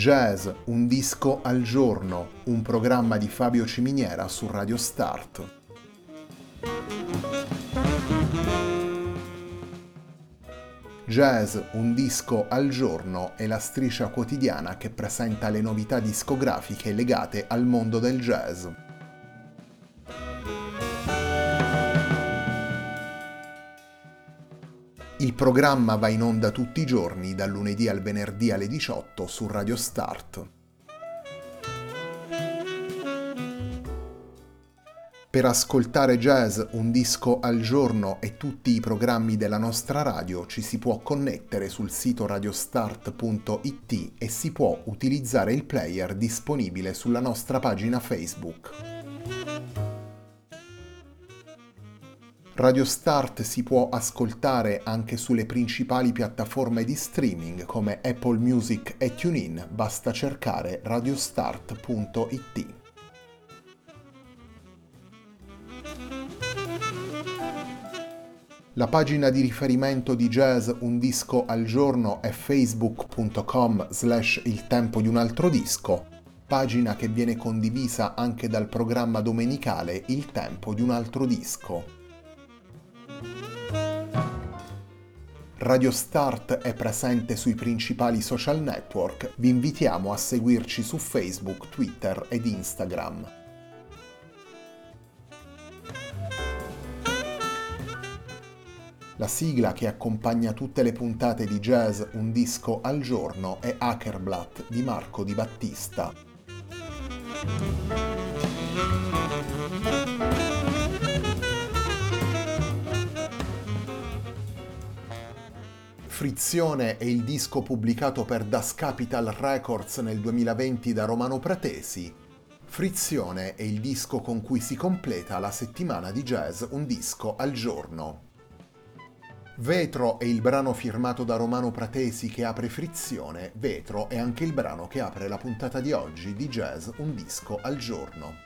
Jazz, un disco al giorno, un programma di Fabio Ciminiera su Radio Start. Jazz, un disco al giorno è la striscia quotidiana che presenta le novità discografiche legate al mondo del jazz. Il programma va in onda tutti i giorni, dal lunedì al venerdì alle 18 su Radio Start. Per ascoltare Jazz, un disco al giorno e tutti i programmi della nostra radio ci si può connettere sul sito radiostart.it e si può utilizzare il player disponibile sulla nostra pagina Facebook. Radio Start si può ascoltare anche sulle principali piattaforme di streaming come Apple Music e TuneIn, basta cercare radiostart.it. La pagina di riferimento di Jazz Un Disco al Giorno è facebook.com/il tempo di un altro disco, pagina che viene condivisa anche dal programma domenicale Il tempo di un altro disco. Radio Start è presente sui principali social network, vi invitiamo a seguirci su Facebook, Twitter ed Instagram. La sigla che accompagna tutte le puntate di Jazz Un Disco al Giorno è Hackerblatt di Marco Di Battista. Frizione è il disco pubblicato per Das Capital Records nel 2020 da Romano Pratesi. Frizione è il disco con cui si completa la settimana di Jazz Un Disco al Giorno. Vetro è il brano firmato da Romano Pratesi che apre Frizione. Vetro è anche il brano che apre la puntata di oggi di Jazz Un Disco al Giorno.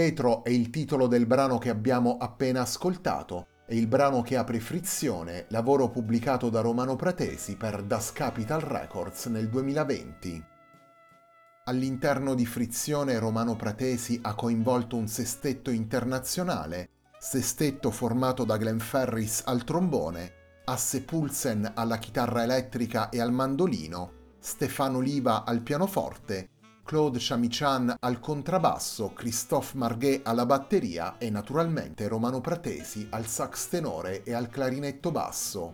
vetro è il titolo del brano che abbiamo appena ascoltato, è il brano che apre Frizione, lavoro pubblicato da Romano Pratesi per Das Capital Records nel 2020. All'interno di Frizione Romano Pratesi ha coinvolto un sestetto internazionale, sestetto formato da Glenn Ferris al trombone, Asse Poulsen alla chitarra elettrica e al mandolino, Stefano Liva al pianoforte, Claude Chamichan al contrabbasso, Christophe Marguet alla batteria e naturalmente Romano Pratesi al sax tenore e al clarinetto basso.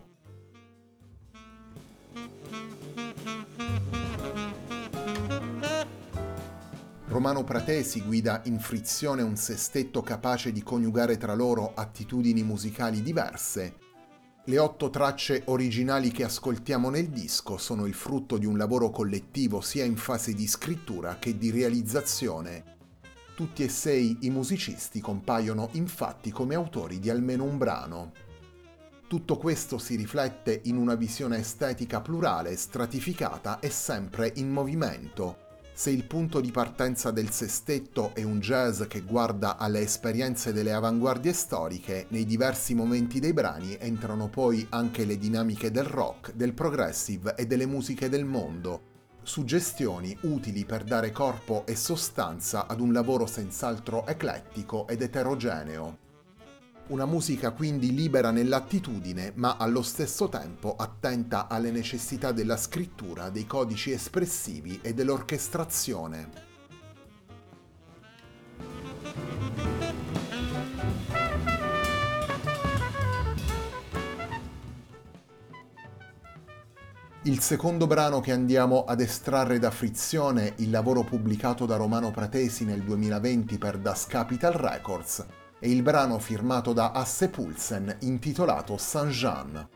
Romano Pratesi guida in Frizione un sestetto capace di coniugare tra loro attitudini musicali diverse. Le 8 tracce originali che ascoltiamo nel disco sono il frutto di un lavoro collettivo sia in fase di scrittura che di realizzazione. Tutti e 6 i musicisti compaiono infatti come autori di almeno un brano. Tutto questo si riflette in una visione estetica plurale, stratificata e sempre in movimento. Se il punto di partenza del sestetto è un jazz che guarda alle esperienze delle avanguardie storiche, nei diversi momenti dei brani entrano poi anche le dinamiche del rock, del progressive e delle musiche del mondo, suggestioni utili per dare corpo e sostanza ad un lavoro senz'altro eclettico ed eterogeneo. Una musica quindi libera nell'attitudine, ma allo stesso tempo attenta alle necessità della scrittura, dei codici espressivi e dell'orchestrazione. Il secondo brano che andiamo ad estrarre da Frizione, il lavoro pubblicato da Romano Pratesi nel 2020 per Das Capital Records, è il brano firmato da Asse Poulsen intitolato Saint-Jean.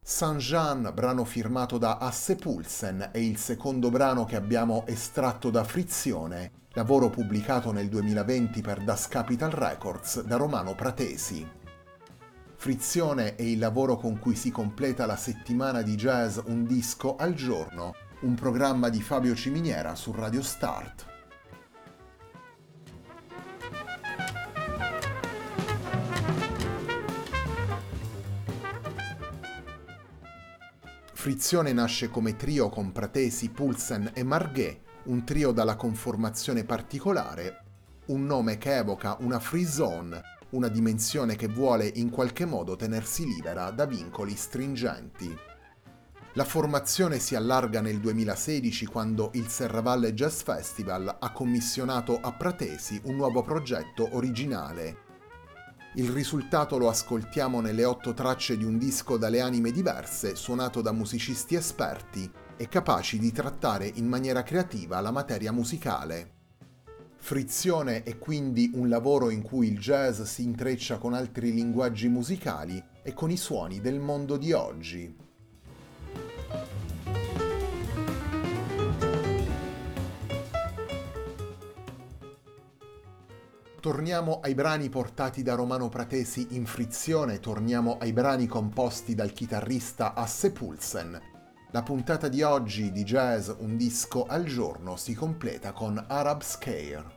Saint-Jean, brano firmato da Asse Pulsen, è il secondo brano che abbiamo estratto da Frizione, lavoro pubblicato nel 2020 per Das Capital Records da Romano Pratesi. Frizione è il lavoro con cui si completa la settimana di jazz Un disco al giorno, un programma di Fabio Ciminiera su Radio Start. Frizione nasce come trio con Pratesi, Pulsen e Marguet, un trio dalla conformazione particolare, un nome che evoca una free zone, una dimensione che vuole in qualche modo tenersi libera da vincoli stringenti. La formazione si allarga nel 2016 quando il Serravalle Jazz Festival ha commissionato a Pratesi un nuovo progetto originale. Il risultato lo ascoltiamo nelle 8 tracce di un disco dalle anime diverse, suonato da musicisti esperti e capaci di trattare in maniera creativa la materia musicale. Frizione è quindi un lavoro in cui il jazz si intreccia con altri linguaggi musicali e con i suoni del mondo di oggi. Torniamo ai brani portati da Romano Pratesi in Frizione, torniamo ai brani composti dal chitarrista Asse Pulsen. La puntata di oggi di Jazz Un disco al giorno si completa con Arab Scare.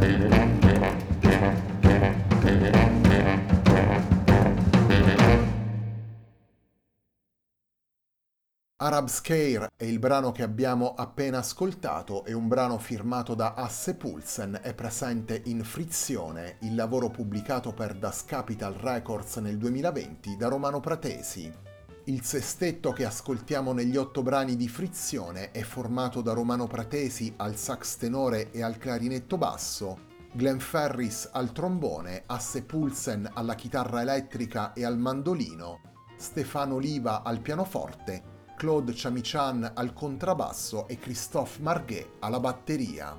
Arab Scare è il brano che abbiamo appena ascoltato, è un brano firmato da Asse Pulsen, è presente in Frizione, il lavoro pubblicato per Das Capital Records nel 2020 da Romano Pratesi. Il sestetto che ascoltiamo negli 8 brani di Frizione è formato da Romano Pratesi al sax tenore e al clarinetto basso, Glenn Ferris al trombone, Asse Pulsen alla chitarra elettrica e al mandolino, Stefano Oliva al pianoforte, Claude Chamichan al contrabbasso e Christophe Marguet alla batteria.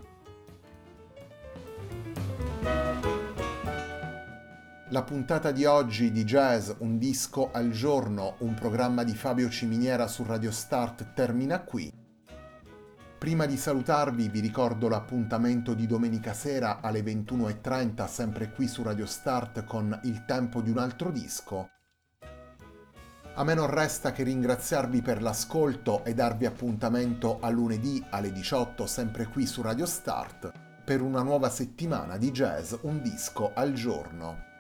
La puntata di oggi di Jazz, un disco al giorno, un programma di Fabio Ciminiera su Radio Start termina qui. Prima di salutarvi vi ricordo l'appuntamento di domenica sera alle 21:30 sempre qui su Radio Start con Il tempo di un altro disco. A me non resta che ringraziarvi per l'ascolto e darvi appuntamento a lunedì alle 18 sempre qui su Radio Start per una nuova settimana di Jazz, un disco al giorno.